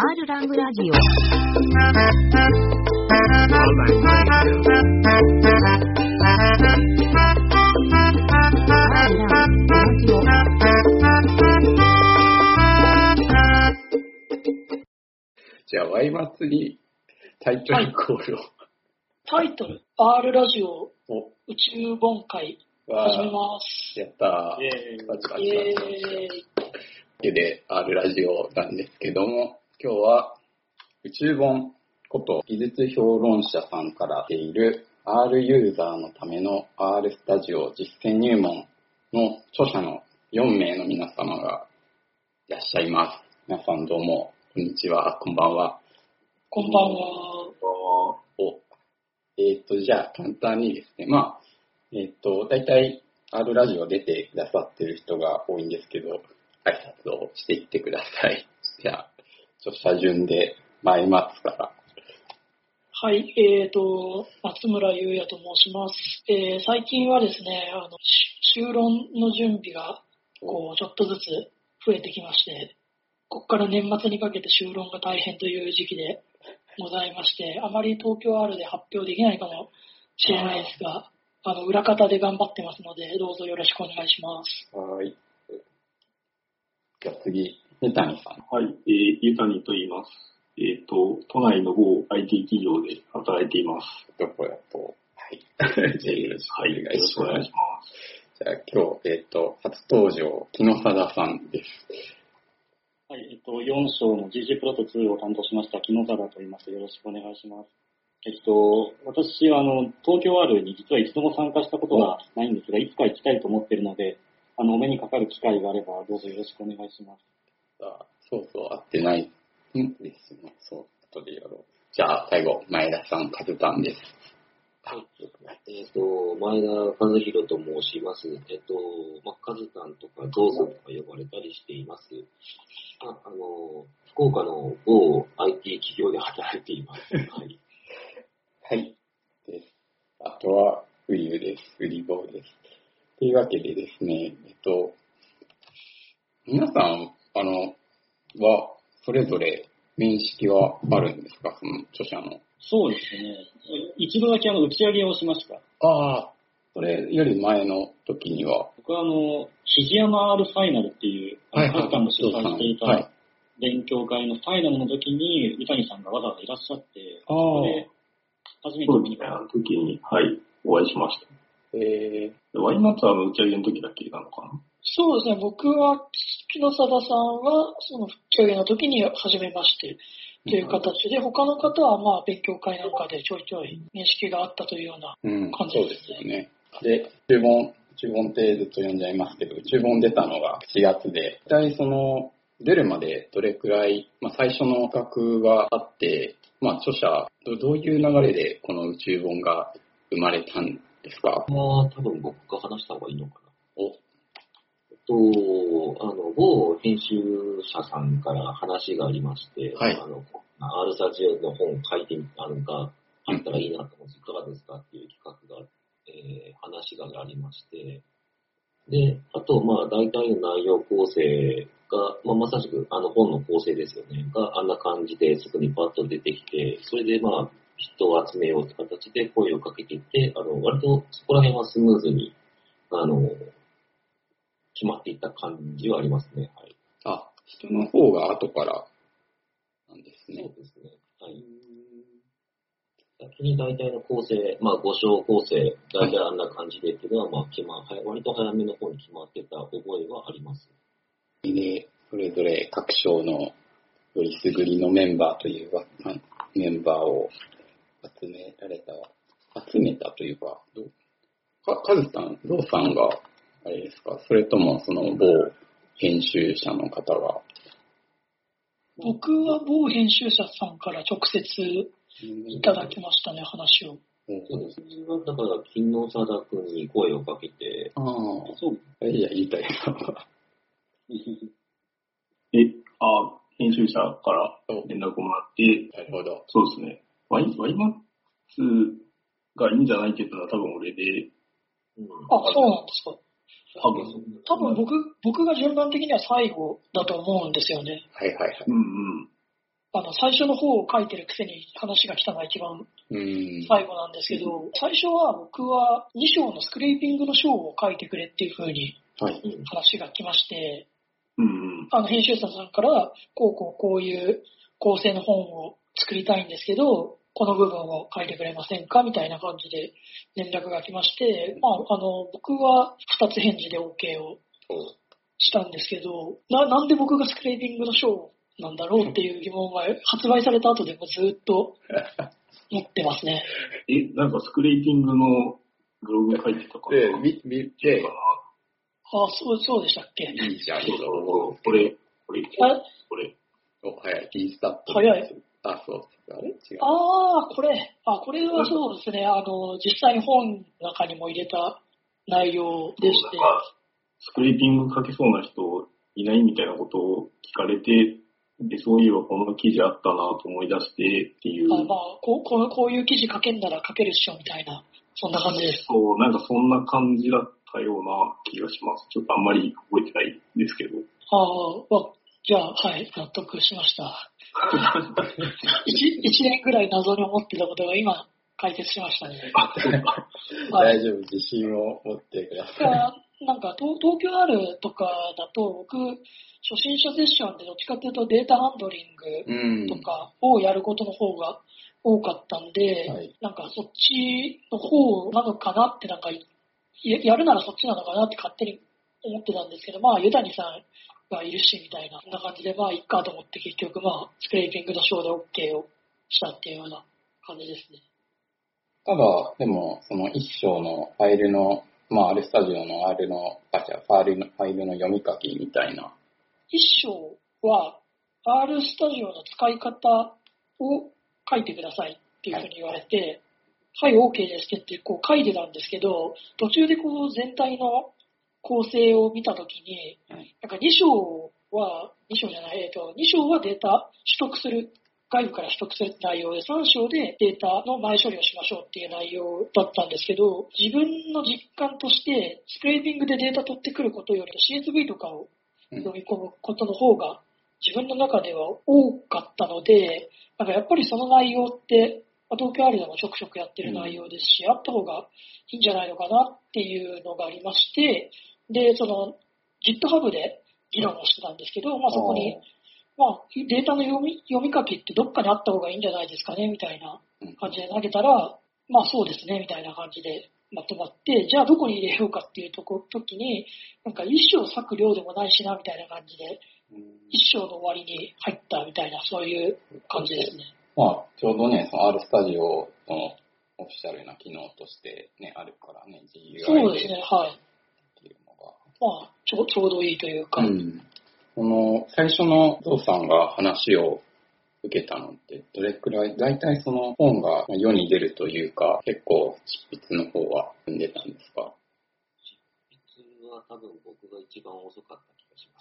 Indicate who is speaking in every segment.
Speaker 1: R ラングラジオ。
Speaker 2: じゃあ、ワイマツにタイトルコールを、
Speaker 3: タイトル、R ラジオ宇宙本会始めます。
Speaker 2: やったー。パチパチパチで R ラジオなんですけども、今日は宇宙本こと技術評論者さんから出ている R ユーザーのための R スタジオ実践入門の著者の4名の皆様がいらっしゃいます。皆さんどうも、こんにちは、こんばんは。
Speaker 3: こんばんは。
Speaker 2: じゃあ簡単にですね、大体 R ラジオ出てくださってる人が多いんですけど、挨拶をしていってください。じゃあ、著者順で前松から。
Speaker 3: はい、松村優也と申します。最近はですね、修論の準備がちょっとずつ増えてきまして、ここから年末にかけて修論が大変という時期でございまして、あまり東京 R で発表できないかもしれないですが、裏方で頑張ってますので、どうぞよろしくお願いします。
Speaker 2: はい。じゃあ次、湯谷さん。
Speaker 4: はい、湯谷と言います。都内の某 IT 企業で働いています。
Speaker 2: どこやと。はい。じゃあよろしくお願いします。じゃあ今日、初登場、木野貞さんです。
Speaker 5: はい、4章の GG プロト2を担当しました木野貞と言います。よろしくお願いします。私は東京 R に実は一度も参加したことがないんですが、いつか行きたいと思っているので、お目にかかる機会があれば、どうぞよろしくお願いします。
Speaker 2: そうそう、会ってないんですね。そう、後でやろう。じゃあ、最後、前田さん、カズタンです。
Speaker 6: はい。前田和弘と申します。カズタンとかゾウさんとか呼ばれたりしています。福岡の某 IT 企業で働いています。はい。
Speaker 2: はい。です。あとは、ウリュウです。ウリボウです。というわけでですね、皆さん、は、それぞれ面識はあるんですか、その著者の。
Speaker 5: そうですね。一度だけ打ち上げをしました。
Speaker 2: ああ、それより前の時には。
Speaker 5: 僕は肘山 R ファイナルっていう、カズタンも主催していた勉強会のファイナルの時に、湯谷さんがわざわざいらっしゃって、そこで初めて見た
Speaker 4: 時に、はい、お会いしました。ワイマツは打ち上げの時だけなのかな？
Speaker 3: そうですね、僕は、木野貞さんは、その打ち上げの時に初めましてという形で、他の方は勉強会なんかでちょいちょい面識があったというような感じですね。
Speaker 2: そうですよね。で、宇宙本ってずっと呼んじゃいますけど、宇宙本出たのが4月で、大体出るまでどれくらい、最初の企画があって、著者、どういう流れでこの宇宙本が生まれたんですか？
Speaker 6: 多分僕が話した方がいいのかな。某編集者さんから話がありまして、
Speaker 2: はい、
Speaker 6: R スタジオの本を書いてみたのがあったらいいなと思って、いかがですかっていう企画が、話がありまして、で、あと、大体の内容構成が、まさしく本の構成ですよね、があんな感じですぐにパッと出てきて、それで人を集めようという形で声をかけていって、割とそこら辺はスムーズに、決まっていった感じはありますね。はい。
Speaker 2: 人の方が後からなんですね。
Speaker 6: そうですね。はい。先に大体の構成、5章構成、大体あんな感じでっていうのは、割と早めの方に決まってた覚えはあります。
Speaker 2: で、それぞれ各章のよりすぐりのメンバーというか、メンバーを集めたというか、カズさん、ゾウさんが、あれですか、それともその某編集者の方が。
Speaker 3: 僕は某編集者さんから直接いただきましたね、話を。
Speaker 6: そうですね。だから、木野貞君に声をかけて。
Speaker 2: いや、言いたいな。
Speaker 4: 編集者から連絡をもらって、
Speaker 2: なるほど。
Speaker 4: そうですね。ワイマツがいいんじゃないって言ったら多分俺で。
Speaker 3: そうなんですか。多分僕が順番的には最後だと思うんですよね。
Speaker 2: はいはいはい。
Speaker 3: 最初の方を書いてるくせに話が来たのが一番最後なんですけど、最初は僕は2章のスクレーピングの章を書いてくれっていう風に話が来まして、編集者さんからこういう構成の本を作りたいんですけど、この部分を書いてくれませんかみたいな感じで連絡が来まして、僕は2つ返事で OK をしたんですけど、なんで僕がスクレーピングの章なんだろうっていう疑問が発売された後でもずっと持ってますね。
Speaker 4: なんかスクレーピングのブログ書いてたかな。
Speaker 2: 見て、
Speaker 3: そうでしたっけ。
Speaker 2: いいじゃん。
Speaker 4: これ。
Speaker 2: お、早い。T スタット。
Speaker 3: 早い。
Speaker 2: そう。あれ違う。
Speaker 3: これはそうですね。実際に本の中にも入れた内容でして。
Speaker 4: スクレーピング書けそうな人いないみたいなことを聞かれて、で、そういえばこの記事あったなと思い出してっていう。
Speaker 3: こういう記事書けんなら書けるっしょみたいな、そんな感じです。
Speaker 4: そう、なんかそんな感じだったような気がします。ちょっとあんまり覚えてないですけど。
Speaker 3: じゃあ、はい、納得しました。1年ぐらい謎に思ってたことが今、解決しましたね。
Speaker 2: 大丈夫、自信を持ってください。
Speaker 3: なんか東京あるとかだと、僕、初心者セッションでどっちかというとデータハンドリングとかをやることの方が多かったんで、なんかそっちの方なのかなって、なんかやるならそっちなのかなって勝手に思ってたんですけど、ユダニさんがいるしみたいな、そんな感じで、いっかと思って結局、スクレーピングの章で OK をしたっていうような感じですね。
Speaker 2: ただ、でも、その一章のファイルの、R スタジオの R の、ファイルの読み書きみたいな。
Speaker 3: 一章は R スタジオの使い方を書いてくださいっていうふうに言われて、はい、OK ですって書いてたんですけど、途中で全体の構成を見たときに、なんか2章はデータ取得する、外部から取得する内容で、3章でデータの前処理をしましょうっていう内容だったんですけど、自分の実感として、スクレーピングでデータ取ってくることより CSV とかを読み込むことの方が自分の中では多かったので、なんかやっぱりその内容って、東京あるでもちょくちょくやってる内容ですし、あった方がいいんじゃないのかなっていうのがありまして、で、その GitHub で議論をしてたんですけど、そこに、データの読み書きってどっかにあった方がいいんじゃないですかねみたいな感じで投げたら、そうですねみたいな感じでまとまって、じゃあどこに入れようかっていう時に、なんか一章割く量でもないしなみたいな感じで、一章の終わりに入ったみたいな、そういう感じですね。
Speaker 2: ちょうどね、その R スタジオのオフィシャルな機能としてね、あるからね、GUI で。
Speaker 3: そうですね、はい。
Speaker 2: っていうのが。
Speaker 3: ちょうどいいというか。
Speaker 2: この最初のゾウさんが話を受けたのってどれくらい、大体その本が世に出るというか、結構執筆の方は踏んでたんですか？
Speaker 6: 執筆は多分僕が一番遅かった気がします。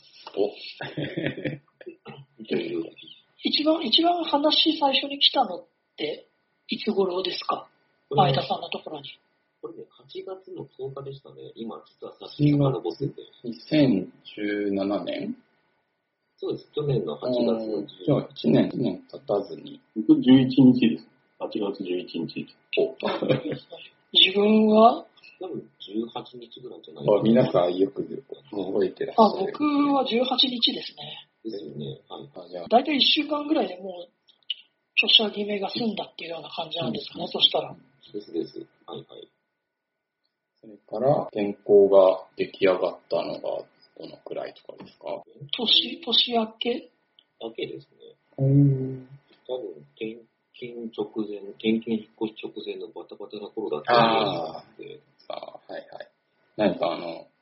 Speaker 3: 一番話最初に来たのっていつ頃ですか？前田さんのところに。
Speaker 6: これね、8月の10日でしたね。今実は冊子が残ってて。
Speaker 2: 2017年？
Speaker 6: そうです。去年の8月の
Speaker 2: じゃあ1年経たずに。
Speaker 4: 僕11日です。8月11日。
Speaker 3: 自分は
Speaker 6: 多分18日ぐらいじゃないかな。
Speaker 2: 皆さんよく覚えてらっしゃる。
Speaker 3: 僕は18日ですね。
Speaker 6: ですよね。
Speaker 3: だいたい1週間ぐらいでもう著者決めが済んだっていうような感じなんですかね、そしたら。
Speaker 6: です。はい。
Speaker 2: それから原稿が出来上がったのがどのくらいとかですか？
Speaker 3: 年明け
Speaker 6: だけですね。
Speaker 2: 多分
Speaker 6: 転勤引っ越し直前のバタバタな頃だったので。
Speaker 2: はい。何か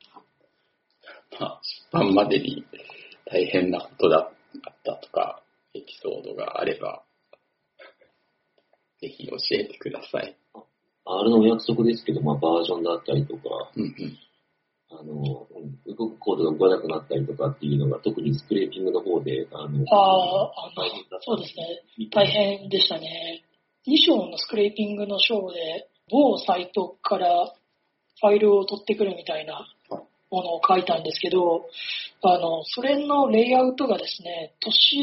Speaker 2: 出版までに大変なことだったとか、エピソードがあれば、ぜひ教えてください。
Speaker 6: R のお約束ですけど、バージョンだったりとか、動くコードが動かなくなったりとかっていうのが、特にスクレーピングの方で、
Speaker 3: そうですね。大変でしたね。2章のスクレーピングの章で、某サイトからファイルを取ってくるみたいなものを書いたんですけど、それのレイアウトがですね、年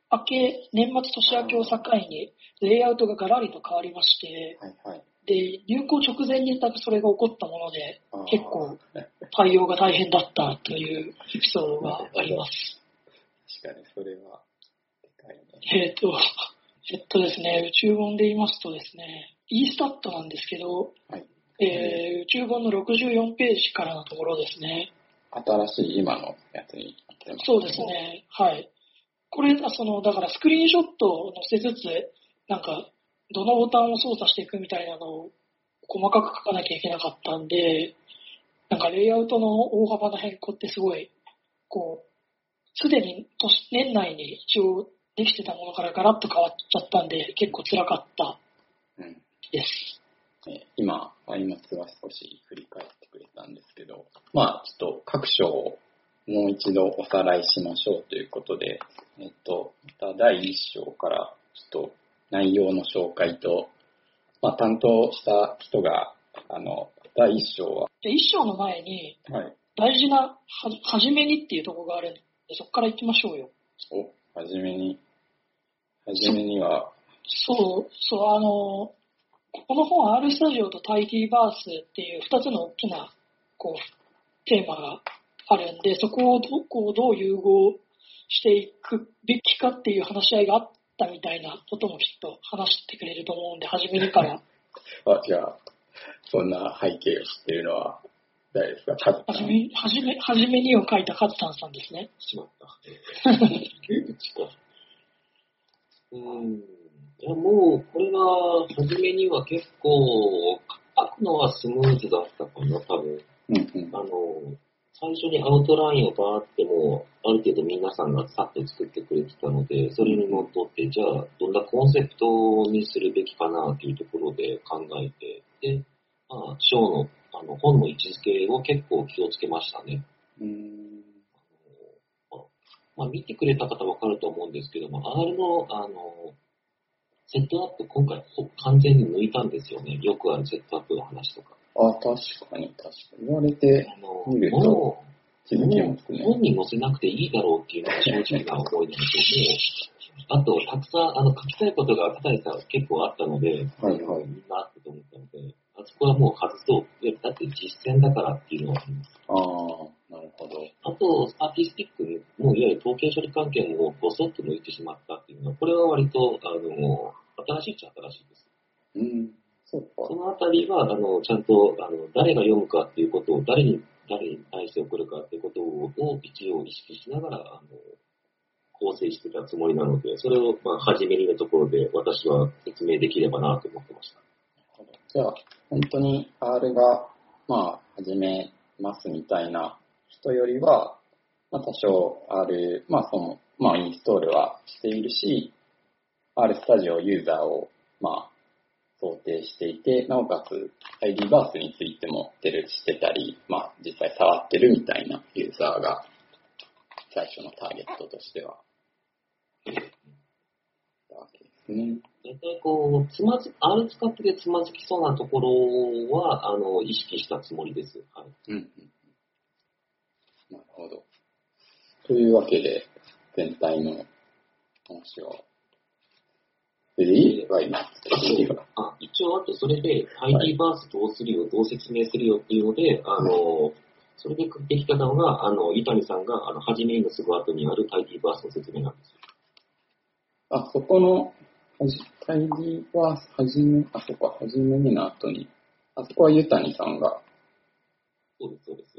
Speaker 3: 年末年明けを境に、レイアウトがガラリと変わりまして、
Speaker 2: はいはい。
Speaker 3: で、入校直前にそれが起こったもので、結構対応が大変だったというエピソードがあります。
Speaker 2: 確かに、それは、でかいね。
Speaker 3: ですね、宇宙本で言いますとですね、E スタットなんですけど、
Speaker 2: はい。
Speaker 3: 宇宙本の64ページからのところですね。
Speaker 2: 新しい今のやつになってます。
Speaker 3: そうですね、はい。これ、だからスクリーンショットを載せつつ、なんか、どのボタンを操作していくみたいなのを細かく書かなきゃいけなかったんで、なんかレイアウトの大幅な変更ってすごい、こう、すでに年内に一応できてたものからガラッと変わっちゃったんで、結構辛かったです。
Speaker 2: 今は少し振り返ってくれたんですけど、まあ、ちょっと各章をもう一度おさらいしましょうということで、また第1章からちょっと内容の紹介と、まあ、担当した人が、第1章は。
Speaker 3: で、1章の前に、
Speaker 2: はい。
Speaker 3: 大事なはじめにっていうところがあるんで、そこから行きましょうよ。
Speaker 2: はじめには。
Speaker 3: そう、この本、R スタジオとタイティバースっていう2つの大きな、テーマがあるんで、そこをどう融合していくべきかっていう話し合いがあったみたいなこともきっと話してくれると思うんで、初めにから。
Speaker 2: じゃあ、そんな背景を知っているのは誰ですか？カズさん。
Speaker 3: はじめにを書いたカズさんですね。
Speaker 6: しまった。いや、もう、これは、初めには結構、書くのはスムーズだったかな、多分。最初にアウトラインをバーってもう、ある程度皆さんがさっと作ってくれてたので、それにのっとって、じゃあ、どんなコンセプトにするべきかなっていうところで考えて、で、まあ、章の、本の位置づけを結構気をつけましたね。まあ、見てくれた方はわかると思うんですけども、R の、セットアップ、今回完全に抜いたんですよね。よくあるセットアップの話とか。
Speaker 2: 確かに。言われてみると気づきますね。
Speaker 6: 本に載せなくていいだろうっていうのが正直な思いなんですけども、あと、たくさん、書きたいことが片井さん結構あったので、
Speaker 2: はいはい、
Speaker 6: みんなあったと思ったので、あそこはもう外そう。だって実践だからっていうのはあります。
Speaker 2: なるほど。
Speaker 6: あと、アーティスティックに、もういわゆる統計処理関係もごそっと抜いてしまったっていうのは、これは割と、新しいっちゃ新しいです。
Speaker 2: そうか。
Speaker 6: そのあたりは、ちゃんと、誰が読むかっていうことを、誰に対して送るかっていうことを一応意識しながら、構成してたつもりなので、それを、まあ、初めにのところで私は説明できればなと思ってました。
Speaker 2: じゃあ、本当に R が、まあ、始めますみたいな人よりは、まあ、多少 R、まあ、インストールはしているし、R スタジオユーザーを、まあ、想定していて、なおかつ ID バースについてもしてたり、まあ、実際触ってるみたいなユーザーが最初のターゲットとしては、たわけですね。
Speaker 6: 大体R 使っててつまずきそうなところは、意識したつもりです。はい。
Speaker 2: なるほど。というわけで、全体の話を。一
Speaker 6: 応、あとそれで、ID バースどうするよ、どう説明するよっていうので、それでできたのが、伊谷さんが、はじめのすぐ後にある ID バースの説明なんですよ。
Speaker 2: そこの、ID バース、はじめにの後に、あそこは伊谷さんが。
Speaker 6: そうです、そうです。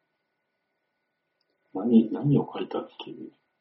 Speaker 4: 何を書いたっけ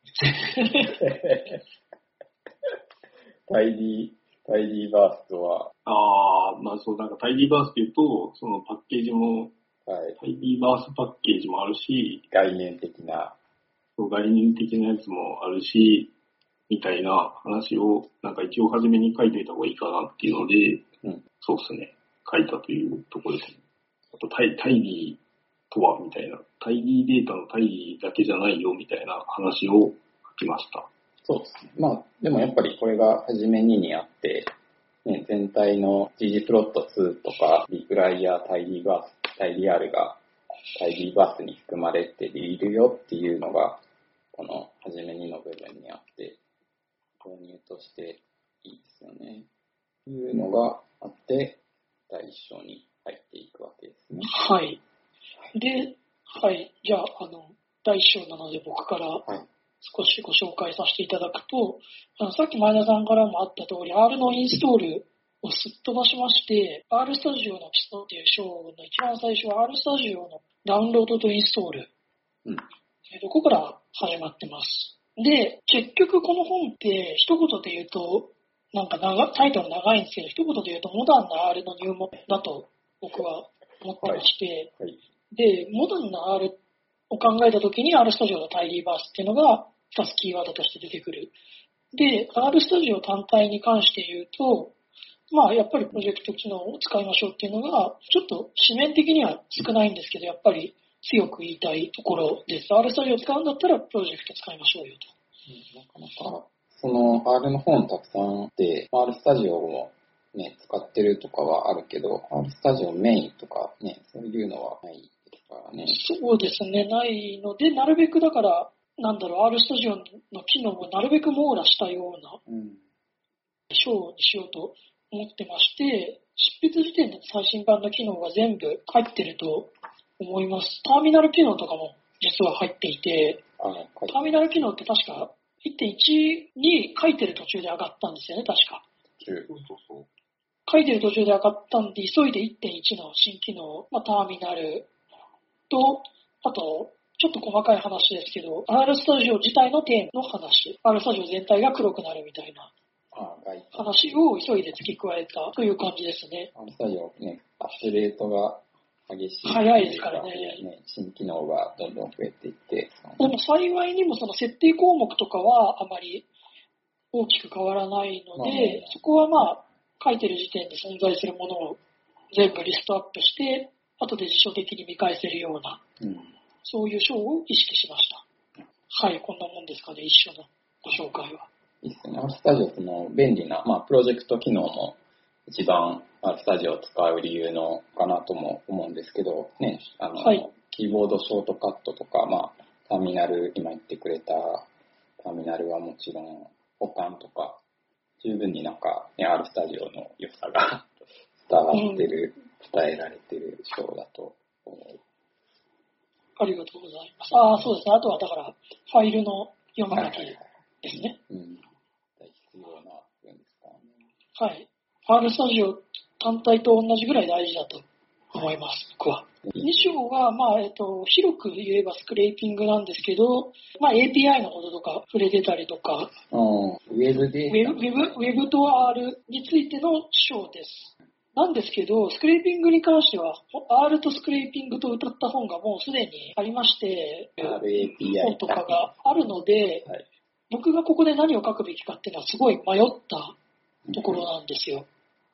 Speaker 2: タイディバースとは。
Speaker 4: まあそう、なんかタイディバースっていうと、そのパッケージも、タイディバースパッケージもあるし、
Speaker 2: 概念的な
Speaker 4: やつもあるし、みたいな話を、なんか一応初めに書いておいた方がいいかなっていうので、そうですね、書いたというところですね。あとタイディとは、みたいな、タイディデータのタイディだけじゃないよ、みたいな話を書きました。
Speaker 2: そうですね。まあ、でもやっぱりこれが初めにあって、ね、全体の ggplot2 とか、リプライヤー、タイディバース、タイディ R がタイディバースに含まれているよっていうのが、この初めにの部分にあって、 導入としていいですよね。というのがあって、第一章に入っていくわけですね。
Speaker 3: はい。で、はい。じゃあ、第一章なので僕から少しご紹介させていただくと、さっき前田さんからもあった通り、R のインストールをすっ飛ばしまして、R スタジオの基礎っていう章の一番最初は R スタジオのダウンロードとインストール。ここから始まってます。で、結局この本って一言で言うと、なんかタイトル長いんですけど、一言で言うとモダンな R の入門だと僕は思ってまして、はいはい、で、モダンな R を考えたときに R スタジオのタイリーバースっていうのが2つキーワードとして出てくる。で、R スタジオ単体に関して言うと、まあやっぱりプロジェクト機能を使いましょうっていうのが、ちょっと紙面的には少ないんですけど、やっぱり強く言いたいところです。R スタジオを使うんだったらプロジェクト使いましょうよと。
Speaker 2: なかなか、その R の本たくさんあって、R スタジオをね、使ってるとかはあるけど、R スタジオメインとかね、そういうのはないですからね。
Speaker 3: そうですね、ないので、なるべくだから、R スタジオの機能をなるべく網羅したような章にしようと思ってまして、執筆時点で最新版の機能が全部入ってると思います。ターミナル機能とかも実は入っていて、ターミナル機能って確か 1.1 に書いてる途中で上がったんですよね、確か。書いてる途中で上がったんで、急いで 1.1 の新機能、ターミナルと、あと、ちょっと細かい話ですけど、R スタジオ自体のテーマの話、R スタジオ全体が黒くなるみたいな話を急いで付け加えたという感じですね。
Speaker 2: R スタジオね、アップデートが激しい。
Speaker 3: 早いですからね。
Speaker 2: 新機能がどんどん増えていって。
Speaker 3: でも幸いにもその設定項目とかはあまり大きく変わらないので、そこは書いてる時点で存在するものを全部リストアップして、後で辞書的に見返せるような、そういう章を意識しました。はい、こんなもんですかね、一緒のご紹介は。
Speaker 2: いいですね。R スタジオその便利な、プロジェクト機能も一番 R スタジオを使う理由のかなとも思うんですけど、ね、はい、キーボードショートカットとか、ターミナル、今言ってくれたターミナルはもちろん、保管とか、十分にR スタジオの良さが伝わってる、伝えられてる章だと思う。
Speaker 3: ありがとうございます。そうですね。あとはだから、ファイルの読み書きですね。
Speaker 2: 大必要な部分ですからね。
Speaker 3: はい。R スタジオ単体と同じぐらい大事だと思います、僕は。2章は、広く言えばスクレーピングなんですけど、API のこととか触れてたりとか、
Speaker 2: ウェ
Speaker 3: ブと R についての章です。なんですけど、スクレーピングに関しては、R とスクレーピングと歌った本がもうすでにありまして、本とかがあるので、はい、僕がここで何を書くべきかっていうのはすごい迷ったところなんですよ。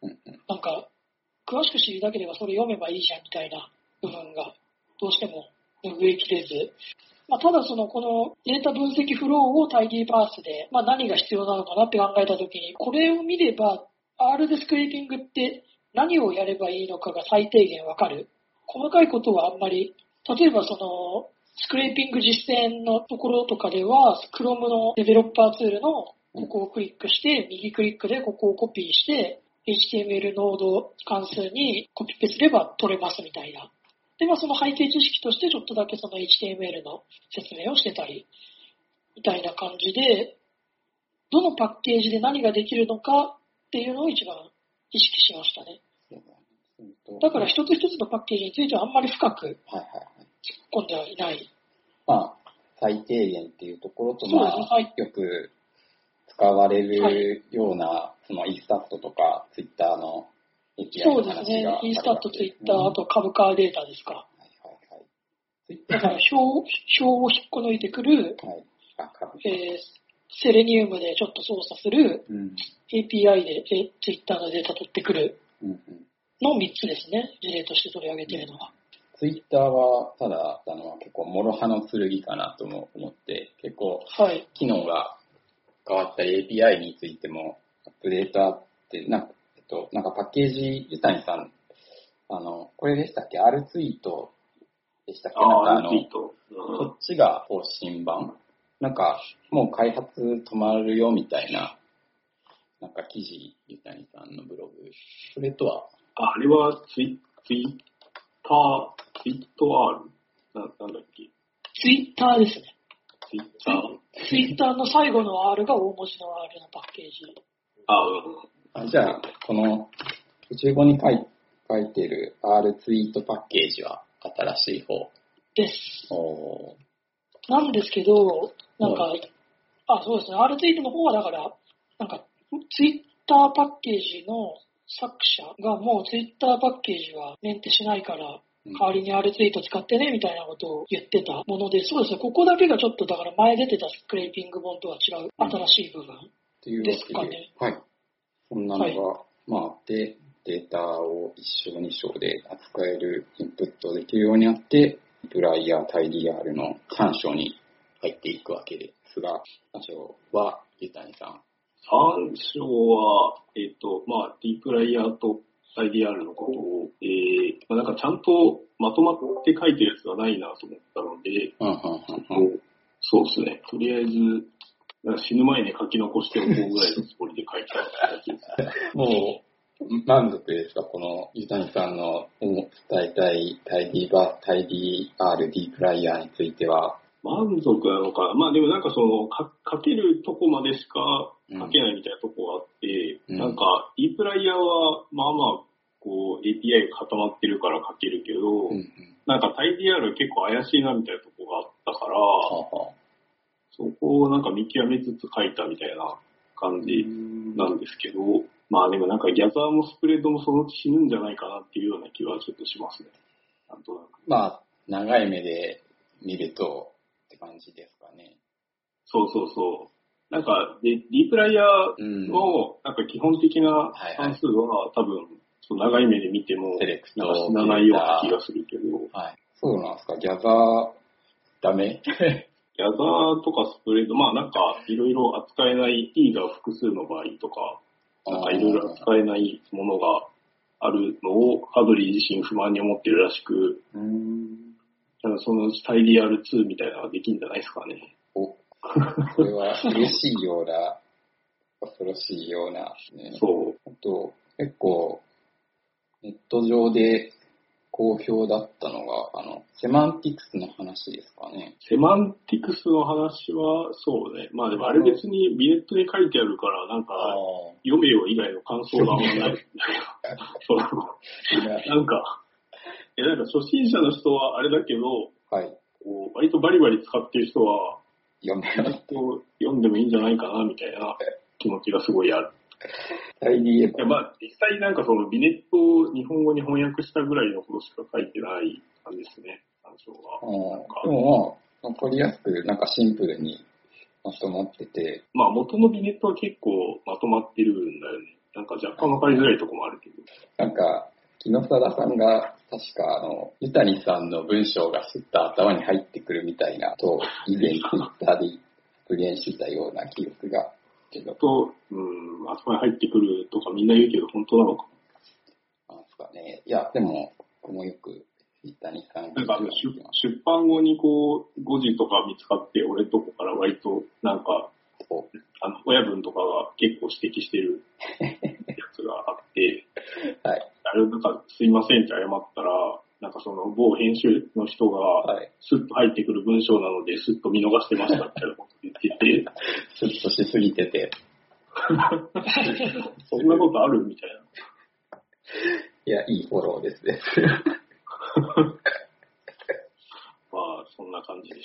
Speaker 3: 詳しく知りたければそれ読めばいいじゃんみたいな部分がどうしても拭いきれず、ただこのデータ分析フローをタイディーバースで、何が必要なのかなって考えたときに、これを見れば R でスクレーピングって何をやればいいのかが最低限わかる。細かいことはあんまり、例えばスクレーピング実践のところとかでは、Chrome のデベロッパーツールのここをクリックして、右クリックでここをコピーして、HTML ノード関数にコピペすれば取れますみたいな。で、その背景知識としてちょっとだけその HTML の説明をしてたり、みたいな感じで、どのパッケージで何ができるのかっていうのを一番意識しましたね。だから一つ一つのパッケージについてはあんまり深く突っ込んではいない。
Speaker 2: 最低限っていうところと、よく使われるような、その eStat とか Twitter の API の話があるわけですね。
Speaker 3: そうですね。eStat、Twitter、あと株価データですか。だから表を引っこ抜いてくる、セレニウムでちょっと操作する、API で Twitter のデータ取ってくるの3つですね。事例として取り上げているのは。
Speaker 2: Twitter はただ結構諸刃の剣かなとも思って、結構機能が変わった API についてもアップデートあって、パッケージ自体にこれでしたっけ ?R ツイートでしたっけこっちが更新版もう開発止まるよみたいななんか記事、ゆたにさんのブログ、それとは？
Speaker 4: あれはツイッター、なんだっけ？
Speaker 3: ツイッターですね。
Speaker 4: ツイッター
Speaker 3: の最後の R が大文字の R のパッケージ。
Speaker 2: じゃあ、この宇宙語に書いてる R ツイートパッケージは新しい方
Speaker 3: です。なんですけど、なんか、そうですね。R ツイートの方はだから、なんか、ツイッターパッケージの作者がもうツイッターパッケージはメンテしないから、代わりに R ツイート使ってねみたいなことを言ってたもので、そうですね。ここだけがちょっとだから前出てたスクレーピング本とは違う新しい部分ですかね。
Speaker 2: はい。そんなのが、あって、データを一章二章で扱える、インプットできるようになって、プライヤー、タイ DR の3章に入っていくわけですが、3章は、ゆたにさん。
Speaker 4: 3章は、ディープライヤーとタイ DR のことを、なんかちゃんとまとまって書いてるやつがないなと思ったので、そうですね。とりあえず、死ぬ前に書き残しておこうぐらいのつもりで書いたやつです。
Speaker 2: もう、満足ですか？この、ゆたにさんの伝えたいタイ DR、ディープライヤーについては。
Speaker 4: 満足なのかな。まあでもなんかその、書けるとこまでしか書けないみたいなとこがあって、なんか、ディープライヤーは、こう、API が固まってるから書けるけど、なんかタイ DR は結構怪しいなみたいなとこがあったから、そこをなんか見極めつつ書いたみたいな感じなんですけど、まあでもなんかギャザーもスプレッドもそのうち死ぬんじゃないかなっていうような気はちょっとしますね。なんとなく。
Speaker 2: まあ、長い目で見るとって感じですかね。
Speaker 4: そう。なんかディープライヤーのなんか基本的な関数は多分長い目で見てもなんか死なないような気がするけど。
Speaker 2: はい。そうなんですか。ギャザーダメ？
Speaker 4: ギャザーとかスプレッド、まあなんかいろいろ扱えない T が複数の場合とか、なんかいろいろ扱えないものがあるのをハドリー自身不満に思ってるらしく、ただそのうちタイ DR2 みたいなのができるんじゃないですかね。
Speaker 2: それは嬉しいような、恐ろしいような、ね。
Speaker 4: そう。
Speaker 2: あと、結構、ネット上で好評だったのが、セマンティクスの話ですかね。
Speaker 4: セマンティクスの話は、そうね。まあでもあれ別にビネットに書いてあるから、なんか、読めよ以外の感想があんまない。そう。なんか初心者の人はあれだけど、
Speaker 2: はい。
Speaker 4: こう割とバリバリ使ってる人は、
Speaker 2: 読
Speaker 4: んでもいいんじゃないかな、みたいな気持ちがすごいある。まあ、実際なんかそのビネットを日本語に翻訳したぐらいのことしか書いてない感じですね、参照が。
Speaker 2: でもまあ、わかりやすく、なんかシンプルにまとまってて。
Speaker 4: まあ、元のビネットは結構まとまってるんだよね。なんか若干わかりづらいとこもあるけど。
Speaker 2: なんか、木下さんが、確かゆたにさんの文章がすっと頭に入ってくるみたいなと、以前ツイッターで復元してたような記憶が。
Speaker 4: 頭に入ってくるとかみんな言うけど、本当なのか
Speaker 2: なんですかね。いや、でも、僕もよく、三谷さん
Speaker 4: なんか出版後にこう、誤字とか見つかって、俺とこから割と、なんか、親分とかが結構指摘してるやつがあって、
Speaker 2: はい。
Speaker 4: あれなんか、すいませんって謝ったら、なんかその某編集の人が、スッと入ってくる文章なので、スッと見逃してましたみたいなこと言ってて、
Speaker 2: スッとしすぎてて。
Speaker 4: そんなことあるみたいな。
Speaker 2: いや、いいフォローですね。
Speaker 4: まあ、そんな感じでした。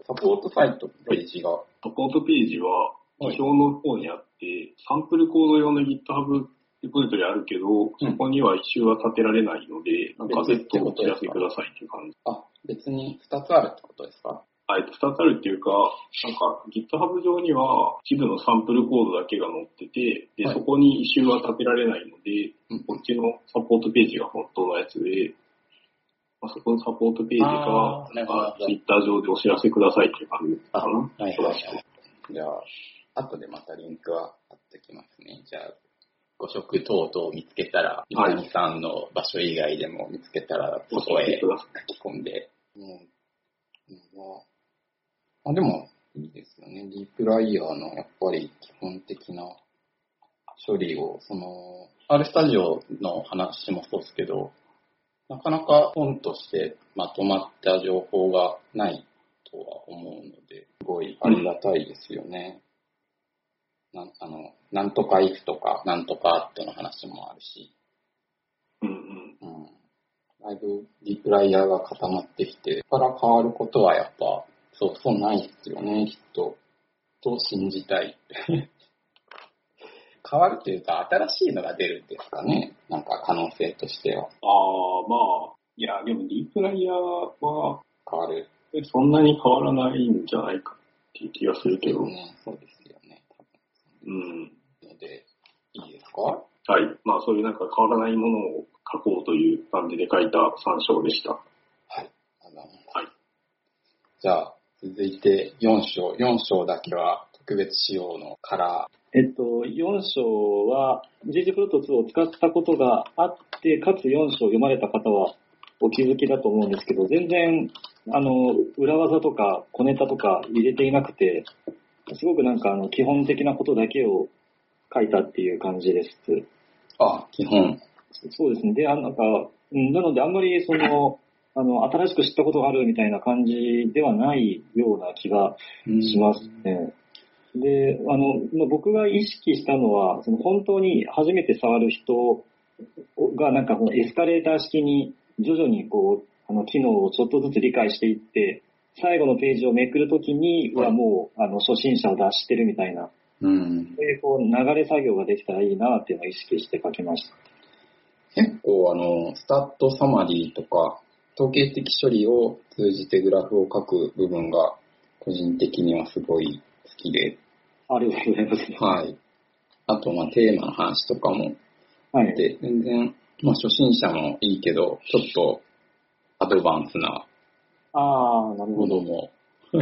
Speaker 2: サポートサイトページが。
Speaker 4: サポートページは、表の方にあって、サンプルコード用の GitHub リポジトリあるけど、そこには一周は立てられないので、なんか別途お知らせくださいっていう感じ。
Speaker 2: 別に2つあるってことですか
Speaker 4: ？2つあるっていうか、なんか GitHub 上には一部のサンプルコードだけが載ってて、で、そこに一周は立てられないので、こっちのサポートページが本当のやつで、そこのサポートページが、なんか Twitter 上でお知らせくださいっていう感じかな。
Speaker 2: じゃあ、後でまたリンクは貼ってきますね。じゃあ、ご職等々見つけたら、三谷さんの場所以外でも見つけたら、そこへ書き込んで。でも、いいですよね。ディープライヤーのやっぱり基本的な処理を、R スタジオの話もそうですけど、なかなか本としてまとまった情報がないとは思うので、すごいありがたいですよね。なんとか if とか、なんとか at の話もあるし、だいぶリプライヤーが固まってきて、そこから変わることはやっぱ、そうないですよね、きっと。と信じたい。変わるというか、新しいのが出るんですかね。なんか可能性としては。
Speaker 4: いや、でもリプライヤーは
Speaker 2: 変わる。
Speaker 4: そんなに変わらないんじゃないかっていう気がするけど。
Speaker 2: そうですよね。多
Speaker 4: 分
Speaker 2: ので、いいですか？
Speaker 4: はい。そういうなんか変わらないものを書こうという感じで書いた参照でした。
Speaker 2: はい。はい。じゃあ、続いて4章。4章だけは特別仕様のカラー。
Speaker 5: 4章は GG プロト2を使ったことがあって、かつ4章読まれた方はお気づきだと思うんですけど、全然、裏技とか小ネタとか入れていなくて、すごくなんか基本的なことだけを書いたっていう感じです。
Speaker 2: 基本。
Speaker 5: そうですね。で、なのであんまり新しく知ったことがあるみたいな感じではないような気がしますね。で、僕が意識したのは、本当に初めて触る人がなんかこのエスカレーター式に徐々に機能をちょっとずつ理解していって、最後のページをめくるときにはもう、初心者を脱してるみたいな、そういう流れ作業ができたらいいなっていうのを意識して書きました。
Speaker 2: 結構スタットサマリーとか、統計的処理を通じてグラフを書く部分が個人的にはすごい好きで。
Speaker 5: ありがとうございます。
Speaker 2: はい。あと、テーマの話とかもあって、はい、全然、初心者もいいけど、ちょっとアドバンスなものも。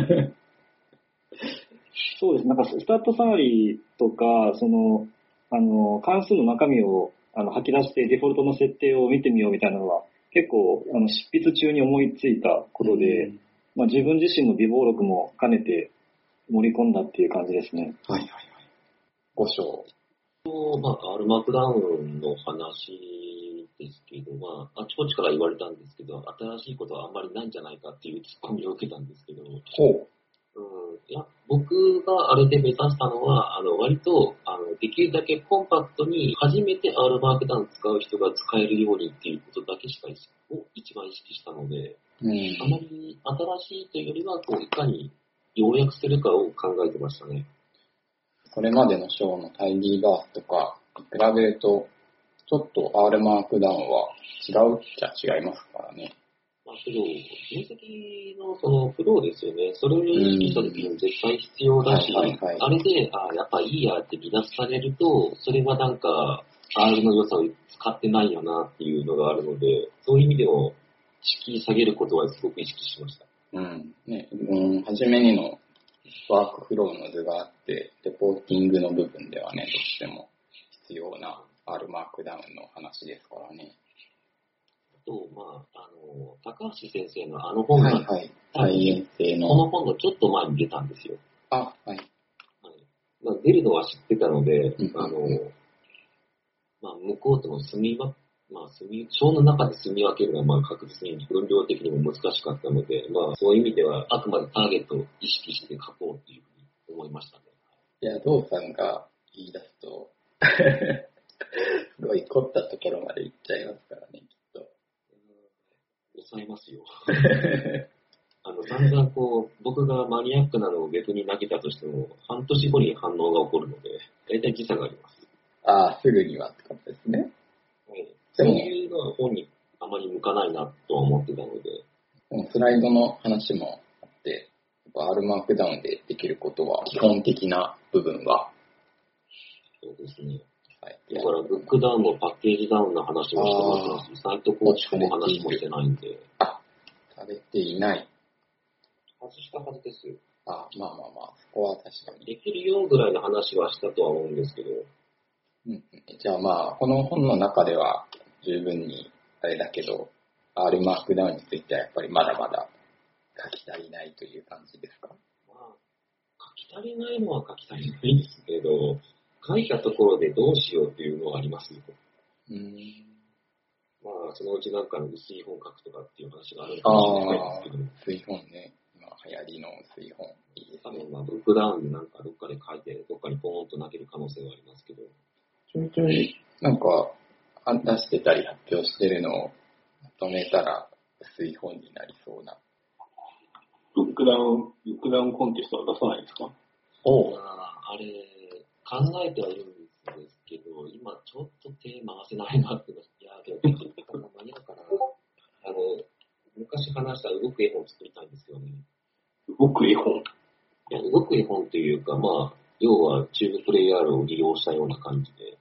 Speaker 5: そうです。なんかスタートサマリーとか、関数の中身を吐き出してデフォルトの設定を見てみようみたいなのは、結構執筆中に思いついたことで、自分自身の備忘録も兼ねて盛り込んだっていう感じですね。
Speaker 2: はいはいはい。5章。
Speaker 6: R マークダウンの話ですけど、あちこちから言われたんですけど、新しいことはあんまりないんじゃないかっていうツッコミを受けたんですけど、いや、僕があれで目指したのは、割と、できるだけコンパクトに初めて R マークダウン使う人が使えるようにっていうことだけしか一番意識したので、あまり新しいというよりは、いかに要約するかを考えてましたね。
Speaker 2: それまでの章のタイディーバースとか比べると、ちょっと R マークダウンは違うっちゃ違いますからね。
Speaker 6: けど、分析のそのフローですよね。それを意識したときに絶対必要だし、あれで、やっぱいいやって離脱されると、それはなんか R の良さを使ってないよなっていうのがあるので、そういう意味でも敷居下げることはすごく意識しました。
Speaker 2: 初めにのワークフローの図があって、レポーティングの部分ではね、どうしても必要な R マークダウンの話ですからね。
Speaker 6: 高橋先生の本が、
Speaker 2: 再現性の。
Speaker 6: この本のちょっと前に出たんですよ。出るのは知ってたので、向こうとの章の中で住み分けるのは確実に分量的にも難しかったので、そういう意味ではあくまでターゲットを意識して書こうというふうに思いましたね。
Speaker 2: いや、ドウさんが言い出すと、すごい凝ったところまで行っちゃいますからね。
Speaker 6: 抑えますよ。散々僕がマニアックなのを別に投げたとしても、半年後に反応が起こるので、大体時差があります。
Speaker 2: すぐにはってことですね。
Speaker 6: そういうのは本にあまり向かないなとは思ってたので。
Speaker 2: スライドの話もあって、R マークダウンでできることは、基本的な部分は。
Speaker 6: そうですね。だから、ブックダウンもパッケージダウンの話もしてますし、サイト構築の話もしてないんで。
Speaker 2: されていない。
Speaker 6: 外したはずですよ。
Speaker 2: そこは確かに。
Speaker 6: できるよぐらいの話はしたとは思うんですけど。
Speaker 2: じゃあこの本の中では十分にあれだけど、R マークダウンについてはやっぱりまだまだ書き足りないという感じですか？
Speaker 6: 書き足りないのは書き足りないんですけど、 書いたところでどうしようっていうのはありますよ。まあ、そのうちなんかの薄い本書くとかっていう話があるかもしれないですけど。
Speaker 2: 薄い本ね。今流行りの薄い本。いいですね。
Speaker 6: 多分まあ、ブックダウンでなんかどっかで書いて、どっかにポーンと投げる可能性はありますけど。
Speaker 2: ちょいちょい、なんか、出してたり発表してるのをまとめたら薄い本になりそうな。
Speaker 4: ブックダウンコンテストは出さないですか？
Speaker 6: あれ、考えてはいるんですけど、今ちょっと手回せないなって思います。いや、でも、間に合うかな。昔話した動く絵本作りたいんですよね。
Speaker 4: 動く絵本？い
Speaker 6: や、動く絵本というか、まあ、要はチューブプレイヤーを利用したような感じで。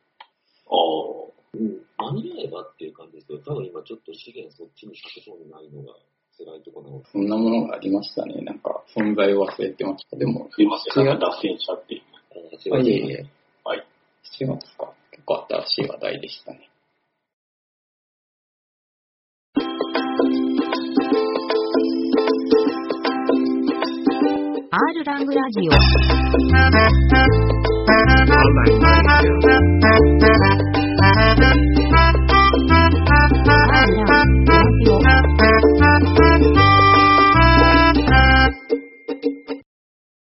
Speaker 6: 間に合えばっていう感じですけど、多分今ちょっと資源そっちにかけそうにないのが辛いところなので。
Speaker 2: そんなものがありましたね。なんか、存在を忘れてました。でも、
Speaker 4: すいません、脱線しちゃって。
Speaker 2: いえいえ。
Speaker 4: はい。
Speaker 2: 7月か。結構新しい話題でしたね。
Speaker 1: R ラングラジオ。